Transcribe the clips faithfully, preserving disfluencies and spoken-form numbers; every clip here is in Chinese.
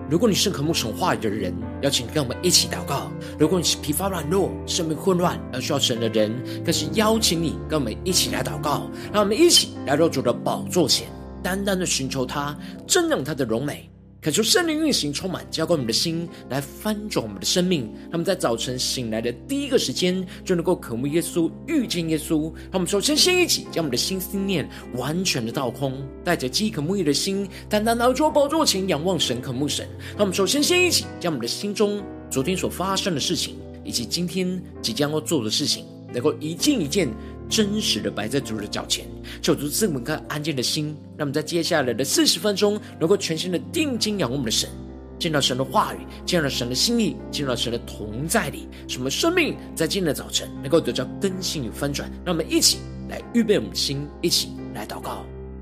如果你是渴慕神话语的人，邀请跟我们一起祷告；如果你是疲乏软弱、生命混乱而需要神的人，更是邀请你跟我们一起来祷告。让我们一起来到主的宝座前，单单的寻求他，瞻仰他的荣美，恳求圣灵运行充满浇灌我们的心，来翻转我们的生命。让我们在早晨醒来的第一个时间就能够渴慕耶稣，遇见耶稣。让我们首先先一起将我们的心思念完全的倒空，带着饥渴慕义的心，单单来到宝座前仰望神，渴慕神。让我们首先先一起将我们的心中昨天所发生的事情，以及今天即将要做的事情，能够一件一件真实的摆在主的脚前，求主赐我们个安静的心，让我们在接下来的四十分钟能够全心的定睛仰望我们的神，见到神的话语，见到神的心意，见到神的同在里，使我们生命在今天的早晨能够得到更新与翻转。让我们一起来预备我们的心，一起来祷告。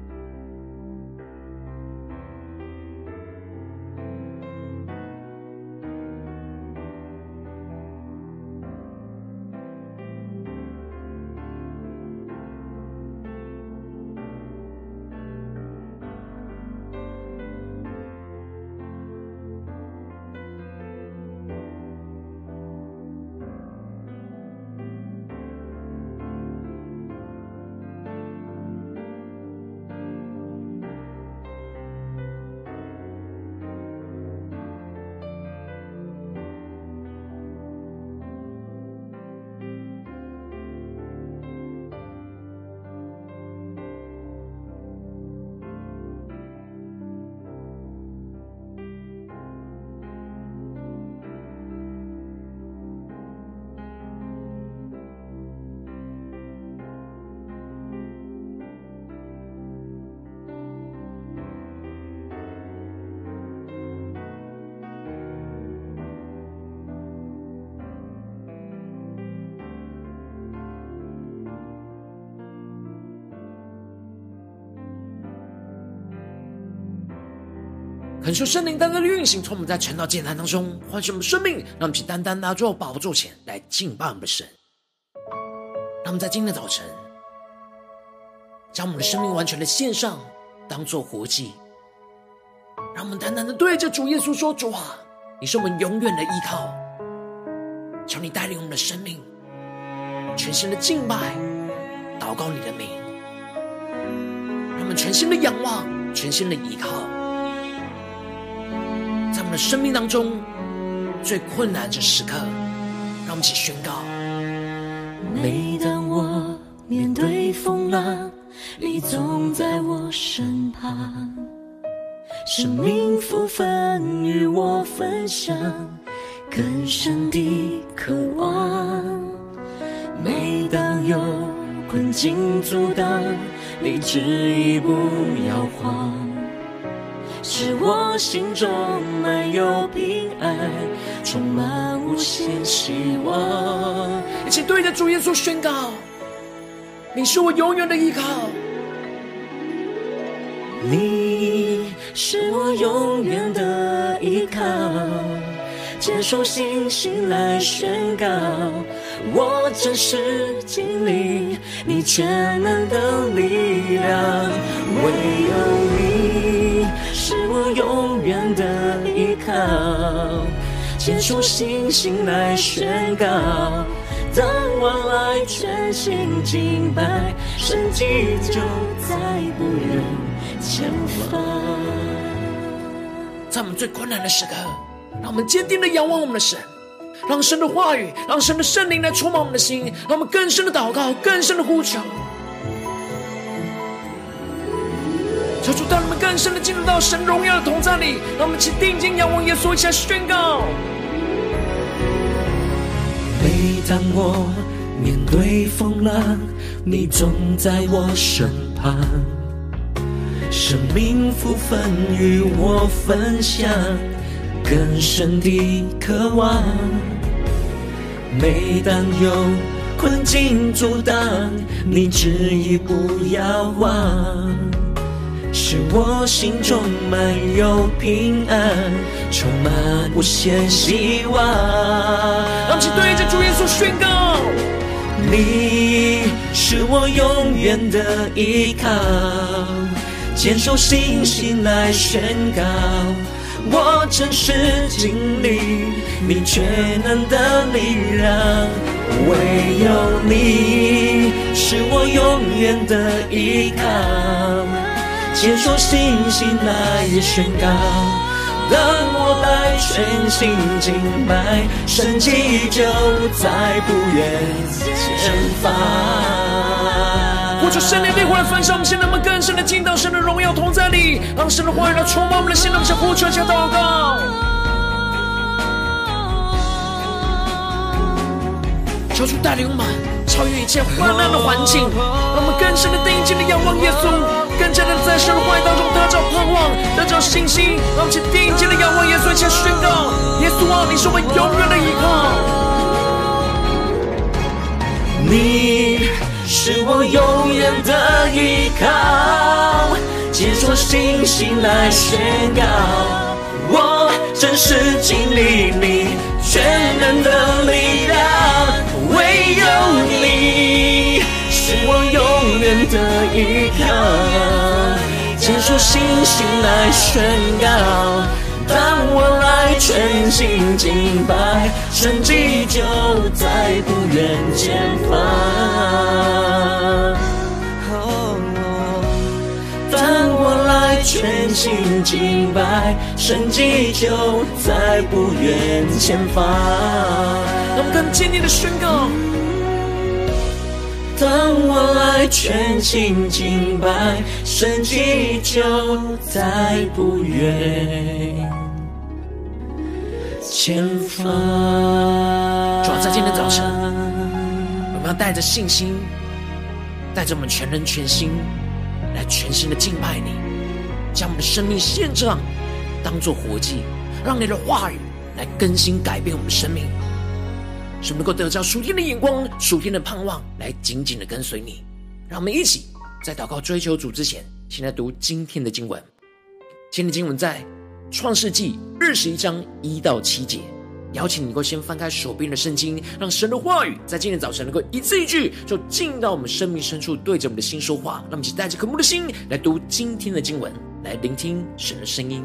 恳求圣灵单单的运行，从我们在晨祷艰难当中唤醒我们生命，让我们请单单拿住宝座前来敬拜我们的神。让我们在今天的早晨将我们的生命完全的献上，当作活祭。让我们单单的对着主耶稣说：主啊，你是我们永远的依靠，求你带领我们的生命全心的敬拜祷告你的名，让我们全心的仰望，全心的依靠。在我们的生命当中最困难的时刻，让我们一起宣告： 每当我面对风浪，你总在我身旁，生命福分与我分享，更深的渴望。每当有困境阻挡，你执意不摇晃，使我心中满有平安，充满无限希望。 一起对着主耶稣宣告：你是我永远的依靠， 你是我永远的依靠，接受信心来宣告，我真实经历你全能的力量，唯有你是我永远的依靠，接受信心来宣告，当我来全心敬拜，神迹就再不远前方。 在我们最困难的时刻，让我们坚定的仰望我们的神，让神的话语，让神的圣灵来充满我们的心，让我们更深的祷告，更深的呼求，求主带我们更深的进入到神荣耀的同在里。让我们一起定睛仰望耶稣，一起来宣告： 每当我面对风浪，你总在我身旁，生命福分与我分享，更深的渴望。每当有困境阻挡，你执意不要忘，使我心中满有平安，充满无限希望。 让我们一起对着主耶稣宣告： 你是我永远的依靠，坚守信心来宣告， 我真实经历你全能的力量，唯有你是我永远的依靠。接受信心来宣告，当我来全心敬拜，神迹就在不远前方。 呼求圣灵烈火来焚烧我们心，让我们更深的进到神的荣耀同在里，让神的话语来充满我们的心，让我们向呼求向祷告。求主带领我们超越一切患难的环境，让我们更深的定睛的仰望耶稣，更加的在神的话语当中得着盼望，得着信心。让我们去定睛的仰望耶稣，一起宣告：耶稣啊，你是我们永远的依靠， 你是我永远的依靠。接受信心来宣告，我真实经历你全能的力量，唯有你是我永远的依靠。接受信心来宣告，当我来全心敬拜，神迹就在不远前方。当我来全心敬拜，神迹就在不远前方。 让我们更坚定的宣告， 当我来全心敬拜，神迹就在不远前方。 主要在今天早晨，我们要带着信心，带着我们全人全心来全心的敬拜你，将我们的生命献上，当作活祭，让你的话语来更新改变我们的生命，使我们能够得到属天的眼光、属天的盼望，来紧紧的跟随你。让我们一起在祷告追求主之前，先来读今天的经文。今天的经文在创世纪二十一章一到七节。邀请你能够先翻开手边的圣经，让神的话语在今天早晨能够一字一句就进到我们生命深处，对着我们的心说话。让我们一起带着渴慕的心来读今天的经文，来聆听神的声音。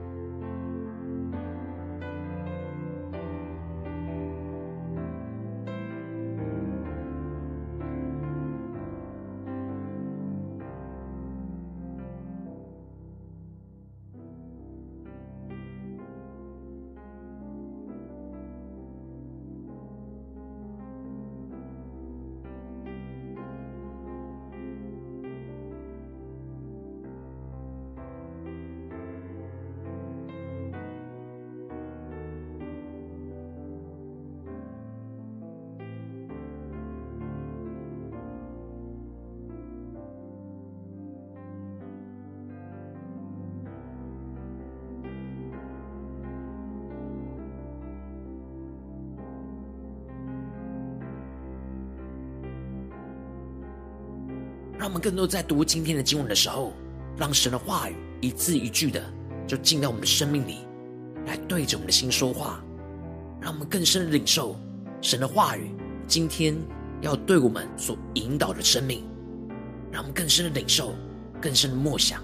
让我们更多在读今天的经文的时候，让神的话语一字一句的就进到我们的生命里，来对着我们的心说话，让我们更深的领受神的话语今天要对我们所引导的生命，让我们更深的领受，更深的默想。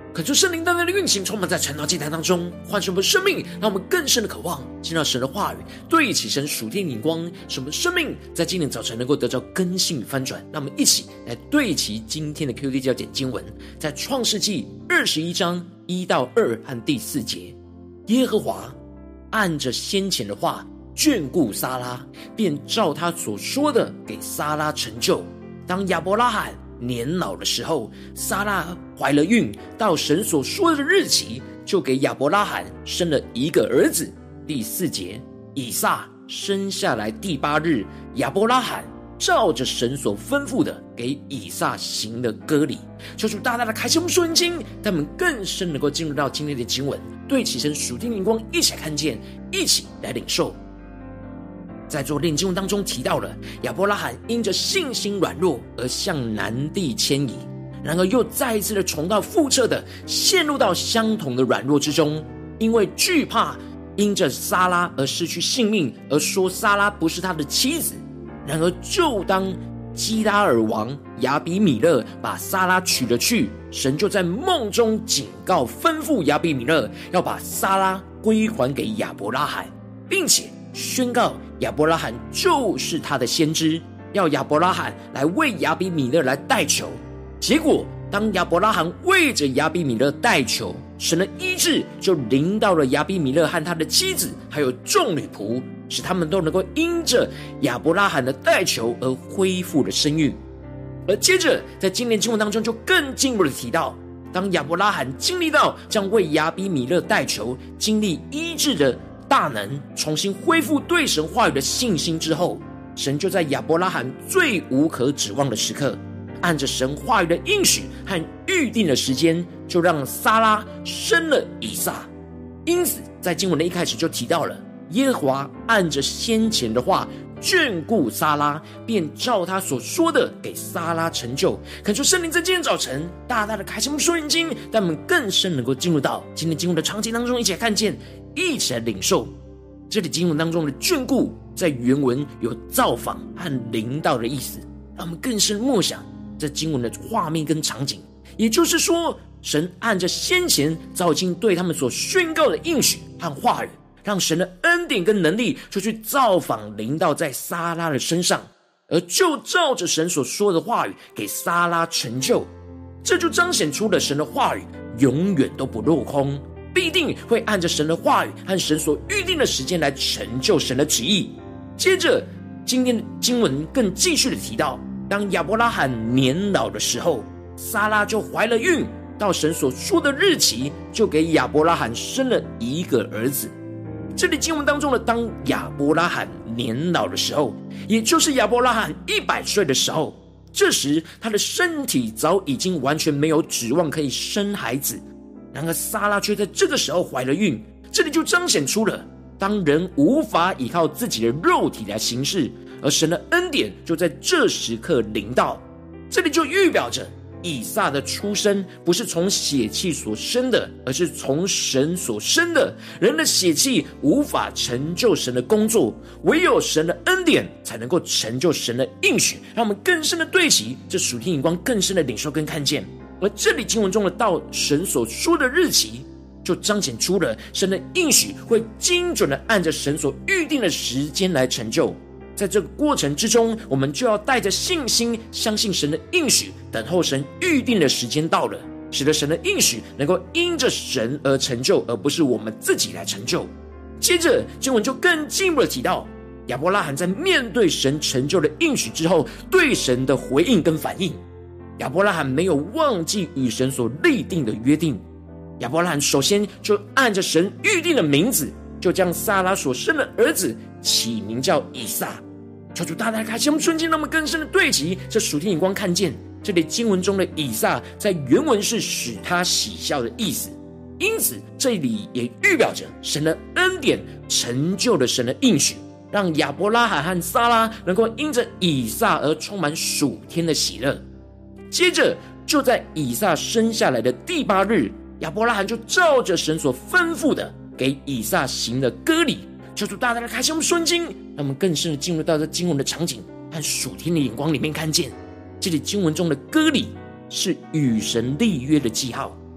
恳求圣灵单单的运行，充满在晨祷祭坛当中，唤醒我们生命，让我们更深的渴望进到神的话语，对齐神属天眼光，使我们生命在今天早晨能够得到更新与翻转。让我们一起来对齐今天的 Q D 焦点经文，在创世纪二十一章一到二和第四节。耶和华按着先前的话眷顾撒拉，便照他所说的给撒拉成就。当亚伯拉罕年老的时候，撒拉怀了孕，到神所说的日期，就给亚伯拉罕生了一个儿子。第四节，以撒生下来第八日，亚伯拉罕照着神所吩咐的，给以撒行了割礼。求主大大的开启我们属灵经，让我们更深能够进入到今天的经文，对齐神属天灵光，一起来看见，一起来领受。在昨天经文当中提到了亚伯拉罕因着信心软弱而向南地迁移，然而又再一次的重蹈覆辙的陷入到相同的软弱之中，因为惧怕因着撒拉而失去性命，而说撒拉不是他的妻子。然而就当基拉尔王亚比米勒把撒拉娶了去，神就在梦中警告吩咐亚比米勒要把撒拉归还给亚伯拉罕，并且宣告亚伯拉罕就是他的先知，要亚伯拉罕来为亚比米勒来代求。结果当亚伯拉罕为着亚比米勒代求，神的医治就临到了亚比米勒和他的妻子还有众女仆，使他们都能够因着亚伯拉罕的代求而恢复了生育。而接着在今年经文当中就更进一步的提到，当亚伯拉罕经历到将为亚比米勒代求，经历医治的大能，重新恢复对神话语的信心之后，神就在亚伯拉罕最无可指望的时刻，按着神话语的应许和预定的时间，就让撒拉生了以撒。因此在经文的一开始就提到了耶和华按着先前的话眷顾撒拉，便照他所说的给撒拉成就。恳求圣灵在今天早晨大大的开启我们属灵经，让我们更深能够进入到今天经文的场景当中，一起来看见，一起来领受。这里经文当中的眷顾在原文有造访和临到的意思，让我们更深默想这经文的画面跟场景。也就是说，神按着先前早已经对他们所宣告的应许和话语，让神的恩典跟能力就去造访临到在撒拉的身上，而就照着神所说的话语给撒拉成就。这就彰显出了神的话语永远都不落空，必定会按着神的话语和神所预定的时间来成就神的旨意。接着今天的经文更继续的提到，当亚伯拉罕年老的时候，撒拉就怀了孕，到神所说的日期，就给亚伯拉罕生了一个儿子。这里经文当中的当亚伯拉罕年老的时候，也就是亚伯拉罕一百岁的时候，这时他的身体早已经完全没有指望可以生孩子。然而撒拉却在这个时候怀了孕，这里就彰显出了当人无法依靠自己的肉体来行事，而神的恩典就在这时刻临到。这里就预表着以撒的出生不是从血气所生的，而是从神所生的。人的血气无法成就神的工作，唯有神的恩典才能够成就神的应许，让我们更深的对齐这属天眼光，更深的领受跟看见。而这里经文中的到神所说的日期，就彰显出了神的应许会精准的按着神所预定的时间来成就。在这个过程之中，我们就要带着信心相信神的应许，等候神预定的时间到了，使得神的应许能够因着神而成就，而不是我们自己来成就。接着经文就更进一步的提到，亚伯拉罕在面对神成就的应许之后，对神的回应跟反应。亚伯拉罕没有忘记与神所立定的约定，亚伯拉罕首先就按着神预定的名字，就将撒拉所生的儿子起名叫以撒。求主大大开启我们瞬间，让我们更深的对齐这属天眼光，看见这里经文中的以撒在原文是使他喜笑的意思，因此这里也预表着神的恩典成就了神的应许，让亚伯拉罕和撒拉能够因着以撒而充满属天的喜乐。接着就在以撒生下来的第八日，亚伯拉罕就照着神所吩咐的给以撒行了割礼。求主大大的开启我们顺经，让我们更深的进入到这经文的场景和属天的眼光里面，看见这里经文中的割礼是与神立约的记号，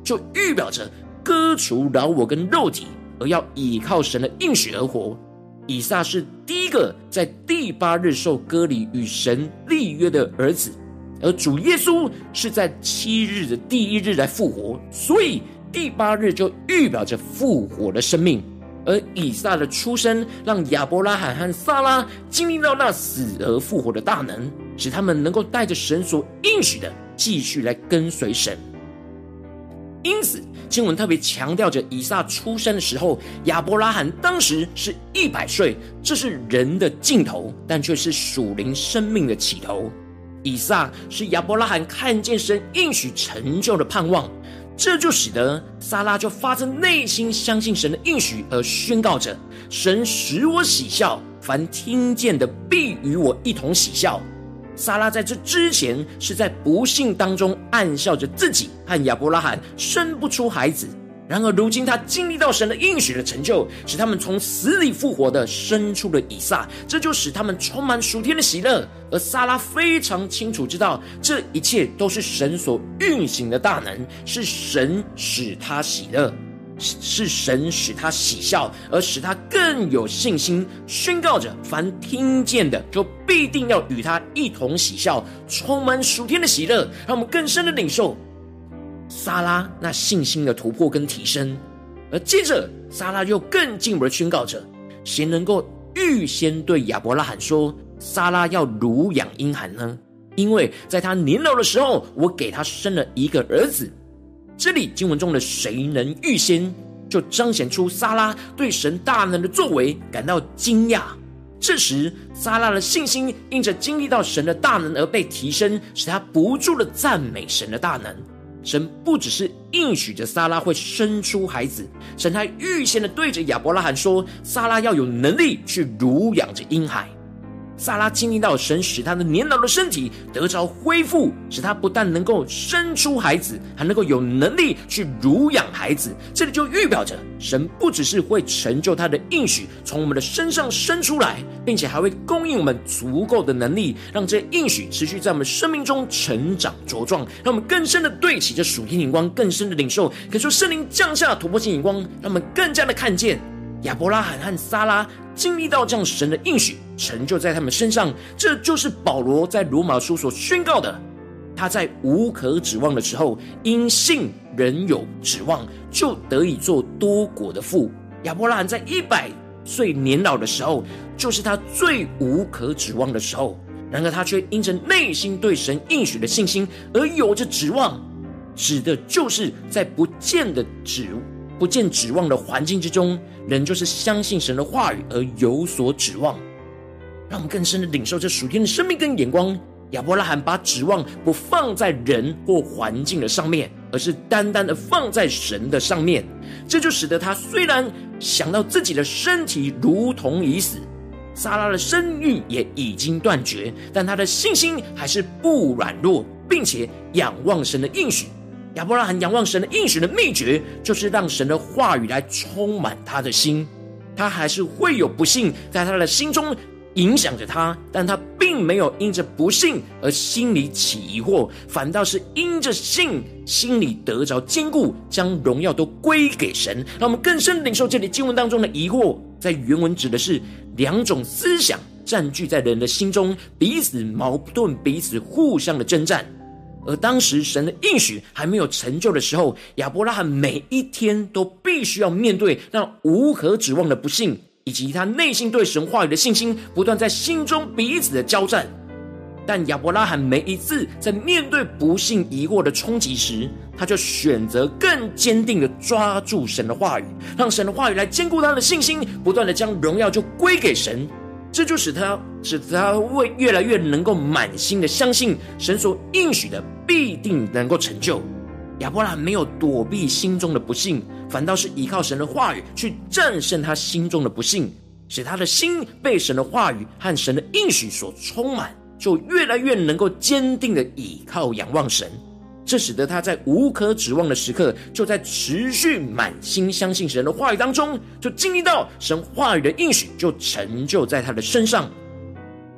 就预表着割除老我跟肉体，而要倚靠神的应许而活。以撒是第一个在第八日受割礼与神立约的儿子，而主耶稣是在七日的第一日来复活，所以第八日就预表着复活的生命。而以撒的出生让亚伯拉罕和撒拉经历到那死而复活的大能，使他们能够带着神所应许的继续来跟随神。因此经文特别强调着以撒出生的时候，亚伯拉罕当时是一百岁，这是人的尽头，但却是属灵生命的起头。以撒是亚伯拉罕看见神应许成就的盼望，这就使得撒拉就发自内心相信神的应许，而宣告着：神使我喜笑，凡听见的必与我一同喜笑。撒拉在这之前是在不幸当中暗笑着自己和亚伯拉罕生不出孩子，然而如今他经历到神的应许的成就，使他们从死里复活的生出了以撒，这就使他们充满属天的喜乐。而撒拉非常清楚知道，这一切都是神所运行的大能，是神使他喜乐，是神使他喜笑，而使他更有信心，宣告着凡听见的就必定要与他一同喜笑，充满属天的喜乐。让我们更深的领受撒拉那信心的突破跟提升。而接着撒拉又更进一步的宣告着，谁能够预先对亚伯拉罕说撒拉要乳养婴孩呢？因为在他年老的时候，我给他生了一个儿子。这里经文中的谁能预先，就彰显出撒拉对神大能的作为感到惊讶。这时撒拉的信心因着经历到神的大能而被提升，使他不住的赞美神的大能。神不只是应许着撒拉会生出孩子，神还预先的对着亚伯拉罕说，撒拉要有能力去乳养着婴孩。撒拉经历到神使他的年老的身体得着恢复，使他不但能够生出孩子，还能够有能力去乳养孩子。这里就预表着神不只是会成就他的应许从我们的身上生出来，并且还会供应我们足够的能力，让这应许持续在我们生命中成长茁壮，让我们更深的对齐这属天眼光，更深的领受，可以说圣灵降下突破性眼光，让我们更加的看见亚伯拉罕和撒拉经历到这样神的应许成就在他们身上。这就是保罗在罗马书所宣告的，他在无可指望的时候，因信仍有指望，就得以做多国的父。亚伯拉罕在一百岁年老的时候，就是他最无可指望的时候，然而他却因着内心对神应许的信心而有着指望，指的就是在不见的指不见指望的环境之中，人就是相信神的话语而有所指望。让我们更深的领受这属天的生命跟眼光。亚伯拉罕把指望不放在人或环境的上面，而是单单的放在神的上面。这就使得他虽然想到自己的身体如同已死，撒拉的生育也已经断绝，但他的信心还是不软弱，并且仰望神的应许。亚伯拉罕仰望神的应许的秘诀，就是让神的话语来充满他的心。他还是会有不幸在他的心中影响着他，但他并没有因着不信而心里起疑惑，反倒是因着信心里得着坚固，将荣耀都归给神。让我们更深领受这里经文当中的疑惑，在原文指的是两种思想占据在人的心中，彼此矛盾，彼此互相的征战。而当时神的应许还没有成就的时候，亚伯拉罕每一天都必须要面对那无可指望的不幸，以及他内心对神话语的信心不断在心中彼此的交战。但亚伯拉罕每一次在面对不幸疑惑的冲击时，他就选择更坚定的抓住神的话语，让神的话语来坚固他的信心，不断的将荣耀就归给神。这就使他使他会越来越能够满心的相信神所应许的必定能够成就。亚伯拉罕没有躲避心中的不幸，反倒是依靠神的话语去战胜他心中的不幸，使他的心被神的话语和神的应许所充满，就越来越能够坚定的依靠仰望神。这使得他在无可指望的时刻，就在持续满心相信神的话语当中，就经历到神话语的应许就成就在他的身上。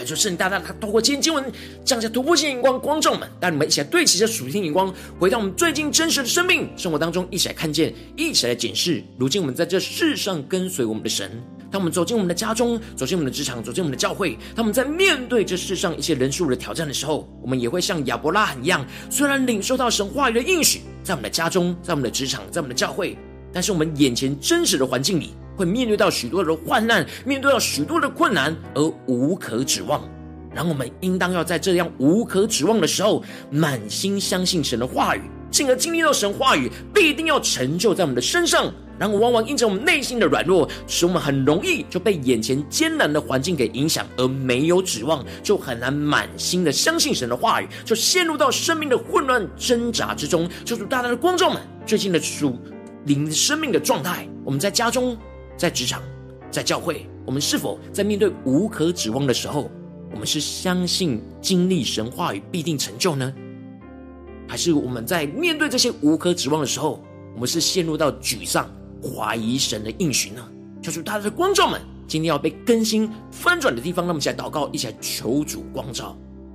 感受圣灵大大他透过今天经文降下突破性眼光，光照们，带你们一起来对齐这属天眼光，回到我们最近真实的生命生活当中，一起来看见，一起来检视。如今我们在这世上跟随我们的神，当我们走进我们的家中，走进我们的职场，走进我们的教会，当我们在面对这世上一些人数的挑战的时候，我们也会像亚伯拉罕一样，虽然领受到神话语的应许，在我们的家中，在我们的职场，在我们的教会，但是我们眼前真实的环境里，会面对到许多的患难，面对到许多的困难，而无可指望。然后我们应当要在这样无可指望的时候，满心相信神的话语，进而经历到神话语必定要成就在我们的身上。然后往往因着我们内心的软弱，使我们很容易就被眼前艰难的环境给影响，而没有指望，就很难满心的相信神的话语，就陷入到生命的混乱挣扎之中。求主大大的光照们最近的属灵生命的状态，我们在家中，在职场，在教会，我们是否在面对无可指望的时候，我们是相信经历神话语必定成就呢？还是我们在面对这些无可指望的时候，我们是陷入到沮丧、怀疑神的应许呢？求主大家的光照们今天要被更新翻转的地方，让我们一起来祷告，一起来求主光照。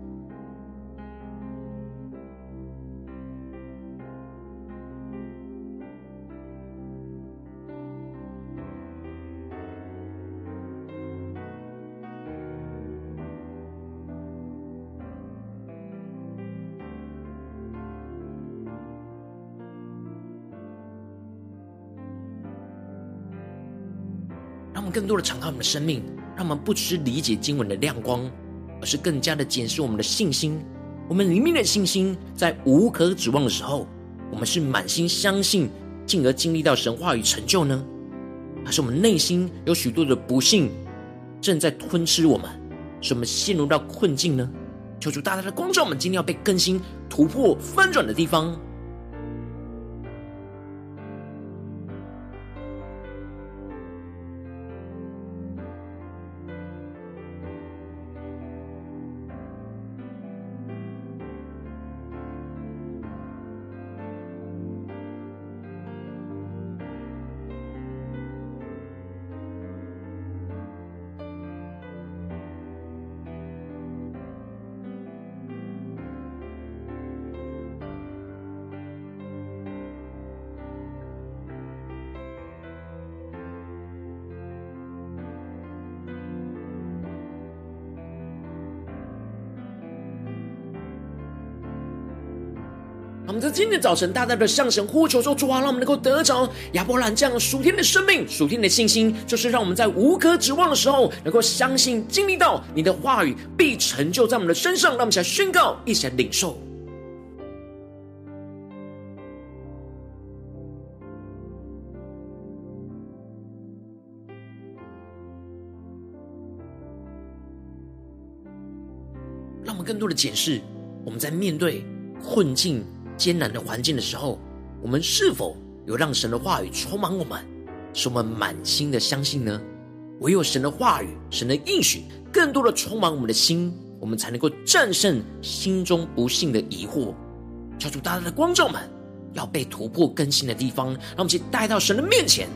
让我们更多的敞开我们的生命，让我们不只是理解经文的亮光，而是更加的检视我们的信心。我们里面的信心在无可指望的时候，我们是满心相信，进而经历到神话语成就呢？还是我们内心有许多的不幸正在吞吃我们，使我们陷入到困境呢？求主大大的光照我们今天要被更新、突破、翻转的地方。我们在今天早晨大大的向神呼求说，主啊，让我们能够得着亚伯兰这样属天的生命、属天的信心，就是让我们在无可指望的时候，能够相信经历到你的话语必成就在我们的身上。让我们一起来宣告，一起来领受。让我们更多的检视，我们在面对困境艰难的环境的时候，我们是否有让神的话语充满我们，使我们满心的相信呢？唯有神的话语、神的应许更多的充满我们的心，我们才能够战胜心中不幸的疑惑。求主大大的光照们要被突破更新的地方，让我们一起带到神的面前。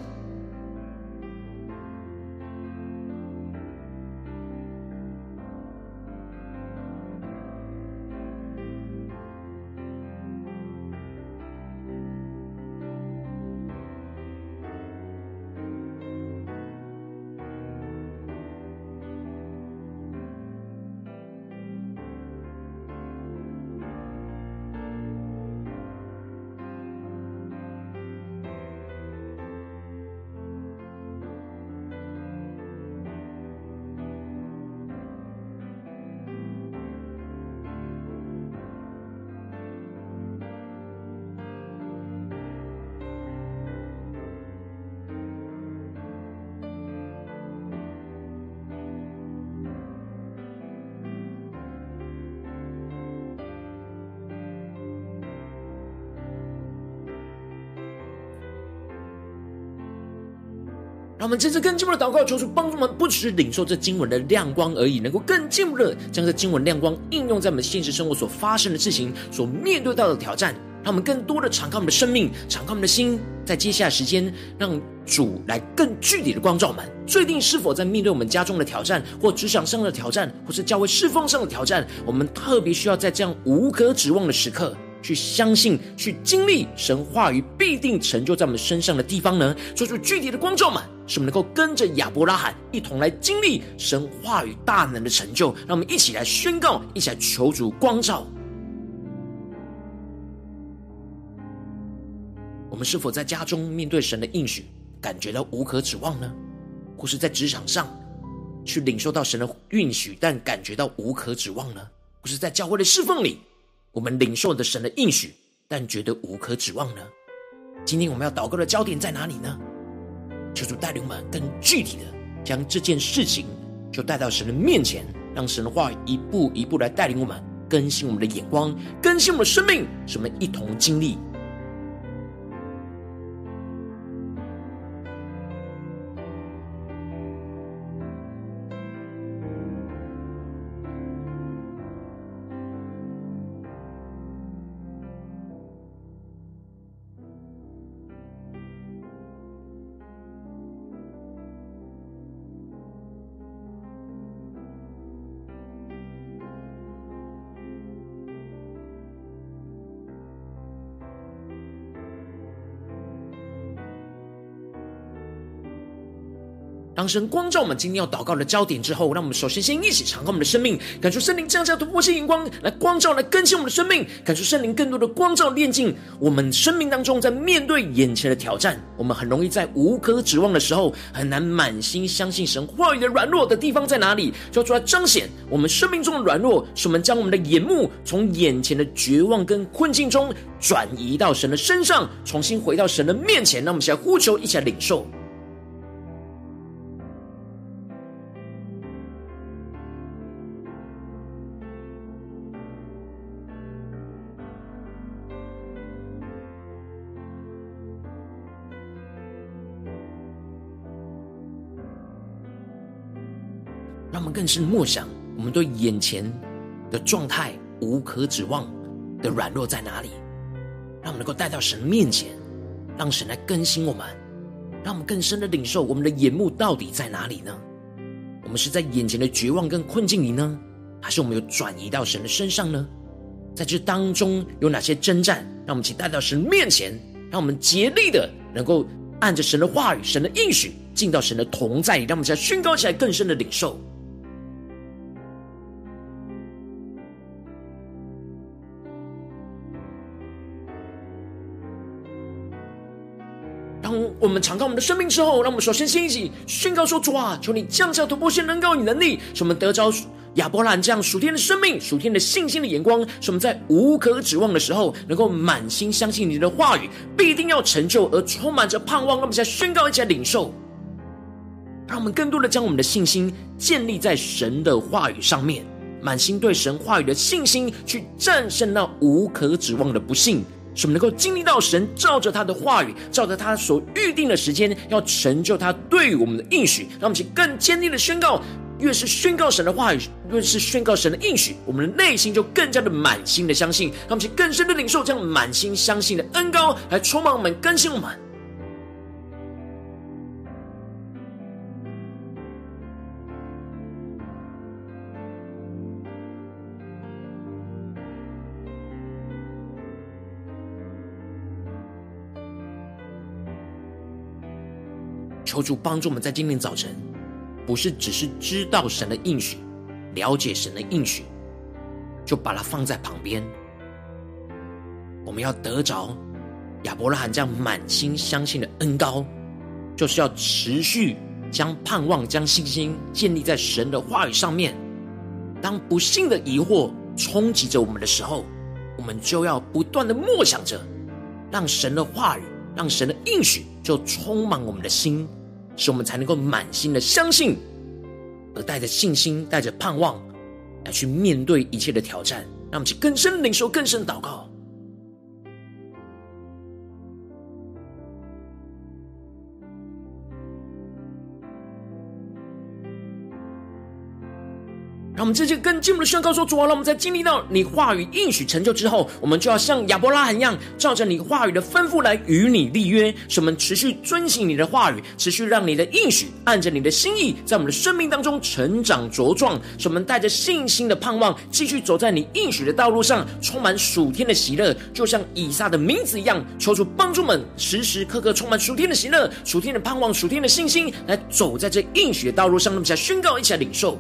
让我们这次更进一步的祷告，求主帮助我们，不只是领受这经文的亮光而已，能够更进一步的将这经文亮光应用在我们现实生活所发生的事情、所面对到的挑战， 让我们更多的敞开我们的生命，敞开我们的心，在接下来时间，让主来更具体的光照我们。最近是否在面对我们家中的挑战，或职场上的挑战，或是教会侍奉上的挑战，我们特别需要在这样无可指望的时刻，去相信，去经历神话语必定成就在我们身上的地方呢？说出具体的光照们，使我们能够跟着亚伯拉罕一同来经历神话语大能的成就。让我们一起来宣告，一起来求主光照。我们是否在家中面对神的应许，感觉到无可指望呢？或是在职场上去领受到神的应许，但感觉到无可指望呢？或是在教会的侍奉里，我们领受的神的应许，但觉得无可指望呢？今天我们要祷告的焦点在哪里呢？求主带领我们更具体的将这件事情就带到神的面前，让神的话语一步一步来带领我们，更新我们的眼光，更新我们的生命，使我们一同经历。当神光照我们今天要祷告的焦点之后，让我们首先先一起敞开我们的生命，感受圣灵降下突破性眼光，来光照，来更新我们的生命，感受圣灵更多的光照炼净我们生命当中。在面对眼前的挑战，我们很容易在无可指望的时候，很难满心相信神话语的软弱的地方在哪里，就要出来彰显我们生命中的软弱，使我们将我们的眼目从眼前的绝望跟困境中转移到神的身上，重新回到神的面前。让我们一起来呼求，一起来领受。让我们更是默想我们对眼前的状态无可指望的软弱在哪里，让我们能够带到神面前，让神来更新我们，让我们更深的领受我们的眼目到底在哪里呢？我们是在眼前的绝望跟困境里呢，还是我们有转移到神的身上呢？在这当中有哪些征战，让我们一起带到神面前，让我们竭力的能够按着神的话语，神的应许进到神的同在里，让我们一起来宣告起来，更深的领受。当我们敞开我们的生命之后，让我们首先先一起宣告说：主啊，求你降下突破性能高你能力，使我们得着亚伯兰这样属天的生命，属天的信心的眼光，使我们在无可指望的时候，能够满心相信你的话语必定要成就，而充满着盼望。让我们现在宣告，一起来领受，让我们更多的将我们的信心建立在神的话语上面，满心对神话语的信心，去战胜那无可指望的不幸，使我们能够经历到神照着他的话语，照着他所预定的时间，要成就他对于我们的应许。让我们去更坚定的宣告，越是宣告神的话语，越是宣告神的应许，我们的内心就更加的满心的相信。让我们去更深的领受这样满心相信的恩膏，来充满我们，更新我们。求主帮助我们在今天早晨，不是只是知道神的应许，了解神的应许，就把它放在旁边。我们要得着亚伯拉罕这样满心相信的恩膏，就是要持续将盼望、将信心建立在神的话语上面。当不幸的疑惑冲击着我们的时候，我们就要不断的默想着，让神的话语，让神的应许就充满我们的心，使我们才能够满心的相信，而带着信心，带着盼望来去面对一切的挑战。让我们去更深的领受，更深的祷告。让让我们这些更进一步的宣告说：主啊，让我们在经历到你话语应许成就之后，我们就要像亚伯拉罕一样，照着你话语的吩咐来与你立约，使我们持续遵行你的话语，持续让你的应许按着你的心意，在我们的生命当中成长茁壮，使我们带着信心的盼望，继续走在你应许的道路上，充满属天的喜乐，就像以撒的名字一样。求主帮助我们时时刻刻充满属天的喜乐、属天的盼望、属天的信心，来走在这应许的道路上。那么，一起来宣告，一起来领受。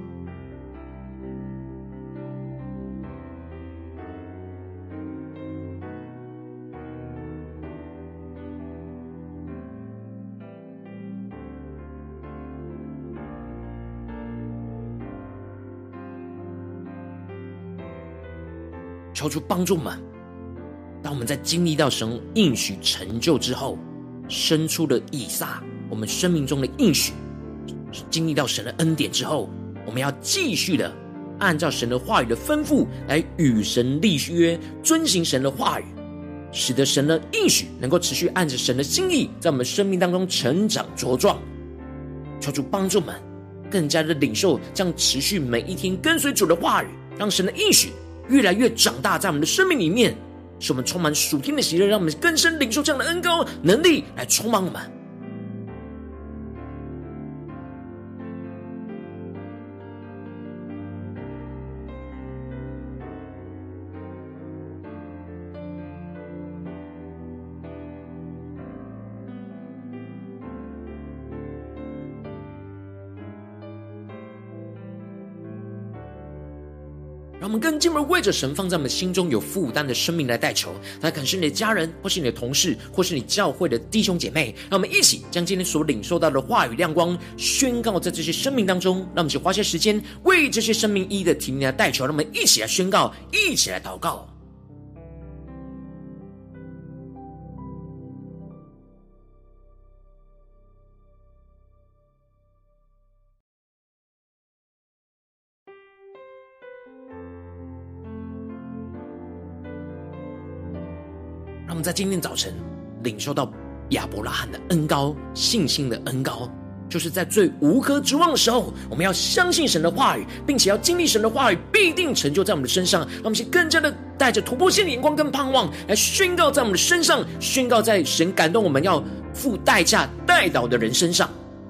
求主帮助我们，当我们在经历到神应许成就之后，生出了以撒，我们生命中的应许，经历到神的恩典之后，我们要继续的按照神的话语的吩咐来与神立约，遵行神的话语，使得神的应许能够持续按着神的心意，在我们生命当中成长茁壮。求主帮助我们更加的领受，这样持续每一天跟随主的话语，让神的应许越来越长大在我们的生命里面，使我们充满属天的喜乐，让我们更深领受这样的恩膏能力来充满我们。让我们更进一步为着神放在我们心中有负担的生命来代求，来可能是你的家人，或是你的同事，或是你教会的弟兄姐妹。让我们一起将今天所领受到的话语亮光宣告在这些生命当中。让我们一起花些时间为这些生命一一的提名来代求。让我们一起来宣告，一起来祷告。让我们在今天早晨领受到亚伯拉罕的恩膏，信心的恩膏，就是在最无可指望的时候，我们要相信神的话语，并且要经历神的话语必定成就在我们的身上。让我们先更加的带着突破性的眼光跟盼望来宣告在我们的身上，宣告在神感动我们要付代价代祷的人身上。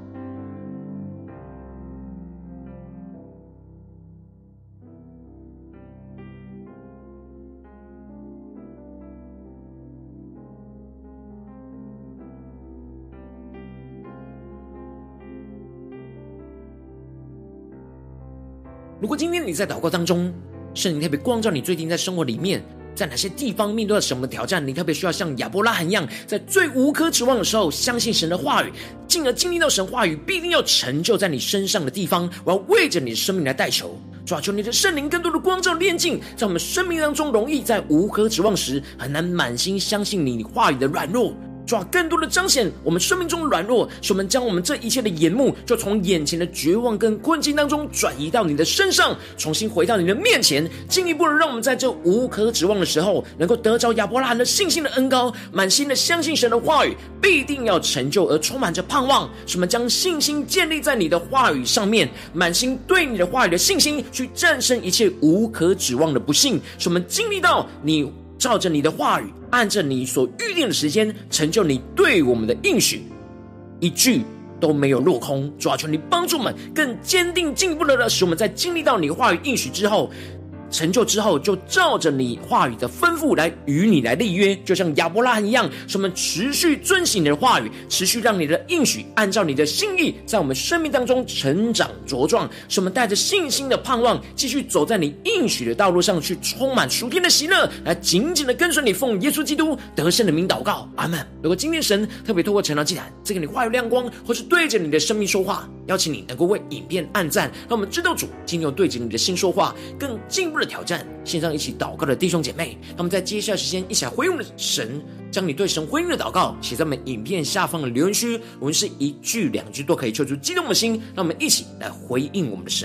如果今天你在祷告当中，圣灵特别光照你最近在生活里面，在哪些地方面对了什么挑战，你特别需要像亚伯拉罕一样，在最无可指望的时候相信神的话语，进而经历到神话语必定要成就在你身上的地方，我要为着你的生命来代求。主啊，求你的圣灵更多的光照炼净，在我们生命当中容易在无可指望时很难满心相信你话语的软弱。主啊，更多的彰显我们生命中的软弱，使我们将我们这一切的眼目就从眼前的绝望跟困境当中转移到你的身上，重新回到你的面前，进一步的让我们在这无可指望的时候能够得着亚伯拉罕的信心的恩膏，满心的相信神的话语必定要成就，而充满着盼望，使我们将信心建立在你的话语上面，满心对你的话语的信心去战胜一切无可指望的不幸，使我们经历到你照着你的话语，按着你所预定的时间，成就你对我们的应许，一句都没有落空。主啊，求你帮助我们更坚定进一步的使我们在经历到你话语应许之后，成就之后，就照着你话语的吩咐来与你来立约，就像亚伯拉罕一样，使我们持续遵行你的话语，持续让你的应许按照你的心意在我们生命当中成长茁壮，使我们带着信心的盼望继续走在你应许的道路上，去充满属天的喜乐，来紧紧的跟随你，奉耶稣基督得胜的名祷告，阿们。如果今天神特别透过晨祷祭坛赐给你话语亮光，或是对着你的生命说话，邀请你能够为影片按赞，让我们知道主今天有对着你的心说话，更进一步的挑战线上一起祷告的弟兄姐妹，让我们在接下来时间一起来回应的神，将你对神回应的祷告写在我们影片下方的留言区，我们是一句两句都可以抽出激动的心，让我们一起来回应我们的神。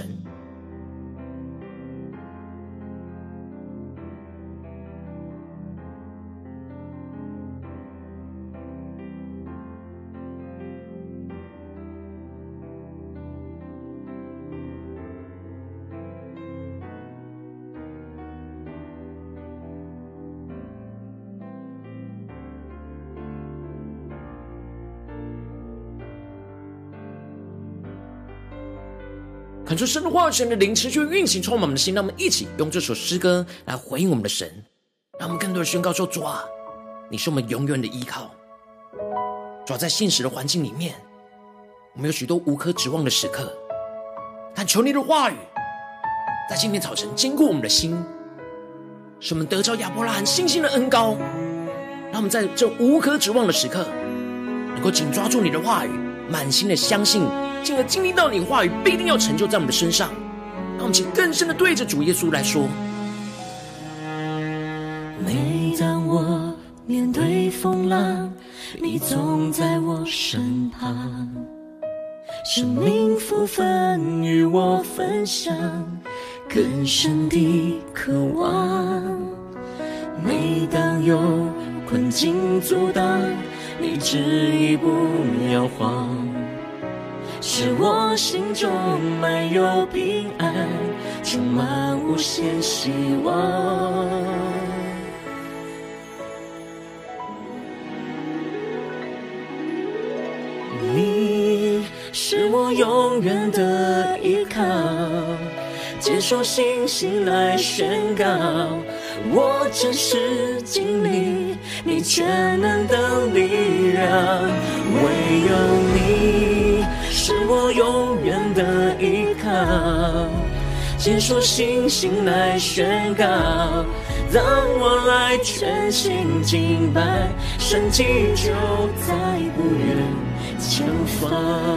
恳求神的话语、神的灵持续运行充满我们的心，让我们一起用这首诗歌来回应我们的神，让我们更多的宣告说：主啊，你是我们永远的依靠。主啊，在现实的环境里面，我们有许多无可指望的时刻，但求你的话语在今天早晨经过我们的心，使我们得着亚伯拉罕信心的恩膏，让我们在这无可指望的时刻能够紧抓住你的话语，满心的相信，进而经历到你话语必定要成就在我们的身上。让我们请更深的对着主耶稣来说： 每当我面对风浪，你总在我身旁，生命福分与我分享，更深的渴望。每当有困境阻挡，你执意不摇晃，使我心中满有平安，充满无限希望。你是我永远的依靠，接受信心来宣告，我真实经历你全能的力量。唯有你是我永远的依靠，接受信心来宣告，让我来全心敬拜，神迹就在不远前方。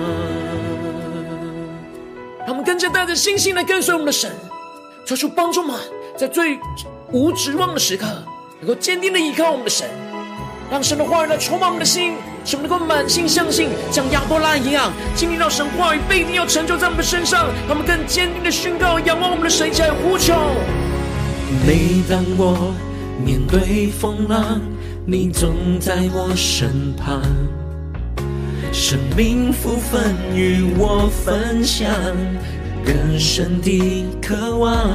让我们更加带着信心来跟随我们的神，求主帮助我们在最无指望的时刻能够坚定的依靠我们的神，让神的话语来充满我们的心，使我们能够满心相信，像亚伯拉罕一样经历到神话语必定要成就在我们的身上。让我们更坚定的宣告，仰望我们的神，一起来呼求。 每当我面对风浪，你总在我身旁，生命福分与我分享，更深的渴望。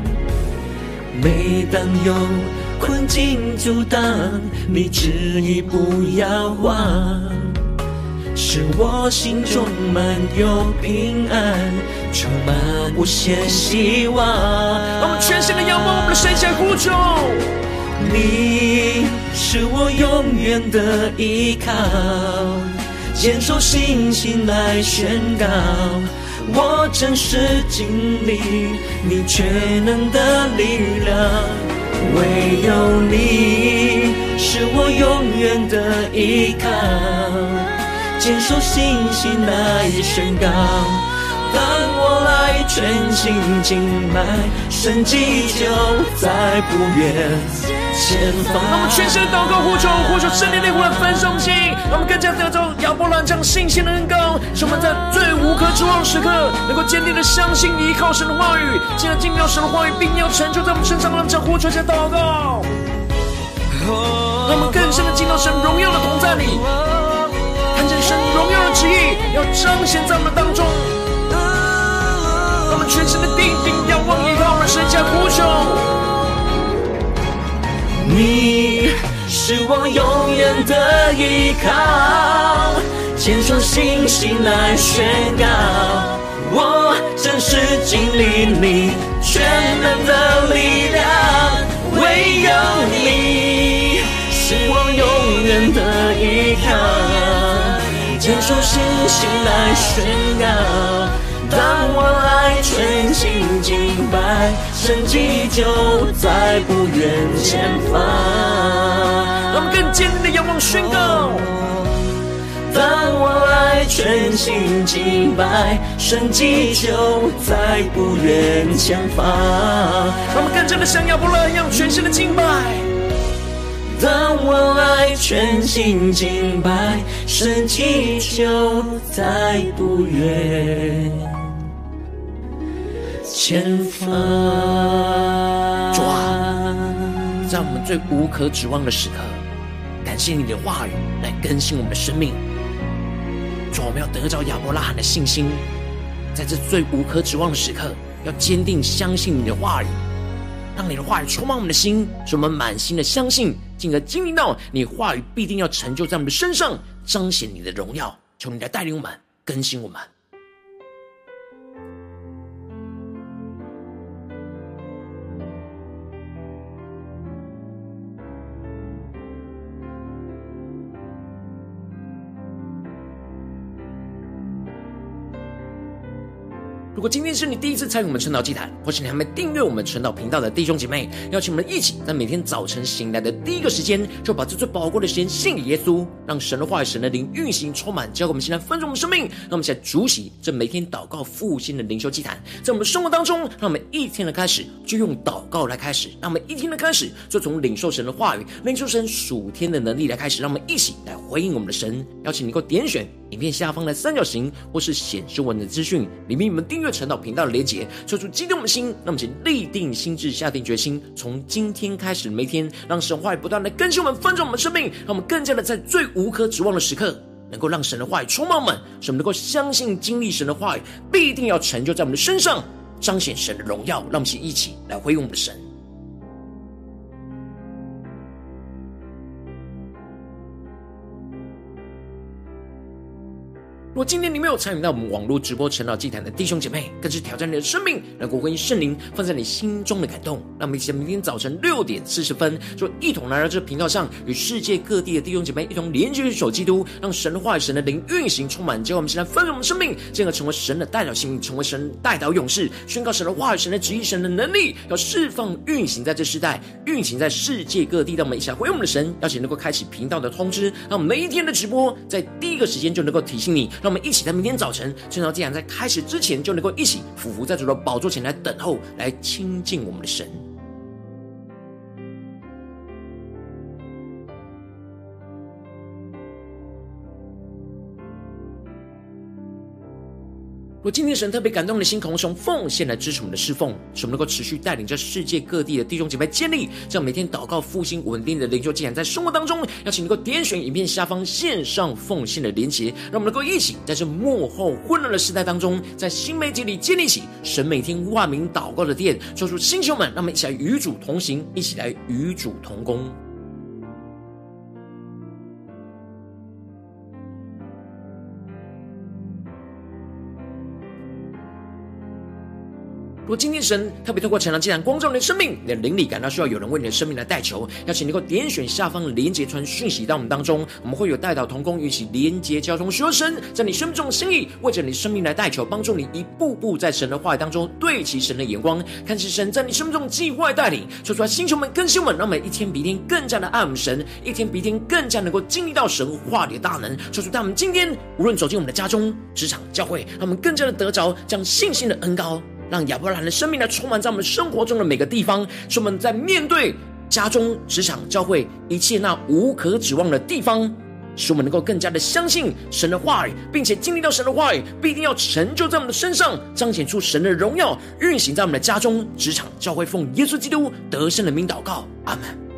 每当有困境阻挡，你执意不摇晃，使我心中满有平安，充满无限希望。 让我们全心的仰望我们的神，一起来呼求。 你是我永远的依靠，坚守信心来宣告，我真实经历你全能的力量。唯有你是我永远的依靠，坚守信心来宣告，当我来全心敬拜，神迹就在不远前方。 让我们全身祷告呼求，呼求圣灵的火来焚烧我们心，让我们更加得着亚伯拉罕这样信心的恩膏，使我们在最无可指望的时刻能够坚定的相信依靠神的话语，进而经历到神的话语并要成就在我们身上。让我们这样呼求加祷告，让我们更深的进到神荣耀的同在里，看见神荣耀的旨意要彰显在我们当中。让我们全身的定睛仰望依靠我们的神，加呼求。 你是我永远的依靠，坚守信心来宣告，我真实经历你全能的力量。唯有你是我永远的依靠，坚守信心来宣告，当我来全心敬拜，神迹就在不远前方。 让我们更坚定的仰望宣告， 当我来全心敬拜，神迹就在不远前方。 让我们更加的像亚伯拉罕一样全心的敬拜， 当我来全心敬拜，神迹就在不远前方。 主啊，在我们最无可指望的时刻，感谢你的话语来更新我们的生命。主，我们要得着亚伯拉罕的信心，在这最无可指望的时刻，要坚定相信你的话语，让你的话语充满我们的心，使我们满心的相信，进而经历到你话语必定要成就在我们的身上，彰显你的荣耀。求你来带领我们，更新我们。 如果今天是你第一次参与我们晨祷祭坛，或是你还没订阅我们晨祷频道的弟兄姐妹，邀请我们一起在每天早晨醒来的第一个时间，就把这最宝贵的时间献给耶稣，让神的话语、神的灵运行充满，交给我们现在分盛我们生命。让我们现在主洗这每天祷告复兴的灵修祭坛，在我们生活当中，让我们一天的开始就用祷告来开始，让我们一天的开始就从领受神的话语、领受神属天的能力来开始，让我们一起来回应我们的神。邀请你能够点选影片下方的三角形，或是显示文的资讯里面，你们订阅晨祷频道的连结，抽出激动的心。那么请立定心志，下定决心，从今天开始每天，让神话语不断的更新我们、翻转我们生命，让我们更加的在最无可指望的时刻，能够让神的话语充满我们，使我们能够相信经历神的话语必定要成就在我们的身上，彰显神的荣耀。让我们一起来回应我们的神。如果今天你没有参与到我们网络直播晨祷祭坛的弟兄姐妹，更是挑战你的生命，能够回应圣灵放在你心中的感动。让我们一起在明天早晨六点四十分，就一同来到这频道上，与世界各地的弟兄姐妹一同连接于守基督，让神的话语、神的灵运行充满，结果我们现在分盛我们生命，进而成为神的代表性命，成为神代祷勇士，宣告神的话语、神的旨意、神的能力，要释放运行在这世代，运行在世界各地。让我们一起来回应我们的神，邀请能够开启频道的通知，让我们每一天的直播在第一个时间就能够提醒你。让我们一起在明天早晨晨祷祭坛在开始之前，就能够一起俯伏在主的宝座前来等候，来亲近我们的神。如果今天神特别感动的心，渴望用奉献来支持我们的侍奉，使我们能够持续带领着世界各地的弟兄姐妹建立这样每天祷告复兴稳定的灵修祭坛，在生活当中，邀请能够点选影片下方线上奉献的连结，让我们能够一起在这末后混乱的时代当中，在新媒体里建立起神每天万名祷告的殿。说出星球们，让我们一起来与主同行，一起来与主同工。如果今天神特别透过晨祷祭坛光照你的生命，你的灵里感到需要有人为你的生命来代求，邀请你能够点选下方的连结传讯息到我们当中，我们会有代祷同工与其连结交通，寻求神在你生命中的心意，为着你生命来代求，帮助你一步步在神的话语当中对齐神的眼光，看见神在你生命中计划带领，说出来星球们更新们，让我们一天比一天更加的爱我们神，一天比一天更加能够经历到神话里的大能。说出在我们今天无论走进我们的家中、职场、教会，让我们更加的得着将信心的恩膏，让亚伯兰的生命来充满在我们生活中的每个地方，使我们在面对家中、职场、教会一切那无可指望的地方，使我们能够更加的相信神的话语，并且经历到神的话语必定要成就在我们的身上，彰显出神的荣耀，运行在我们的家中、职场、教会。奉耶稣基督得胜的名祷告，阿们。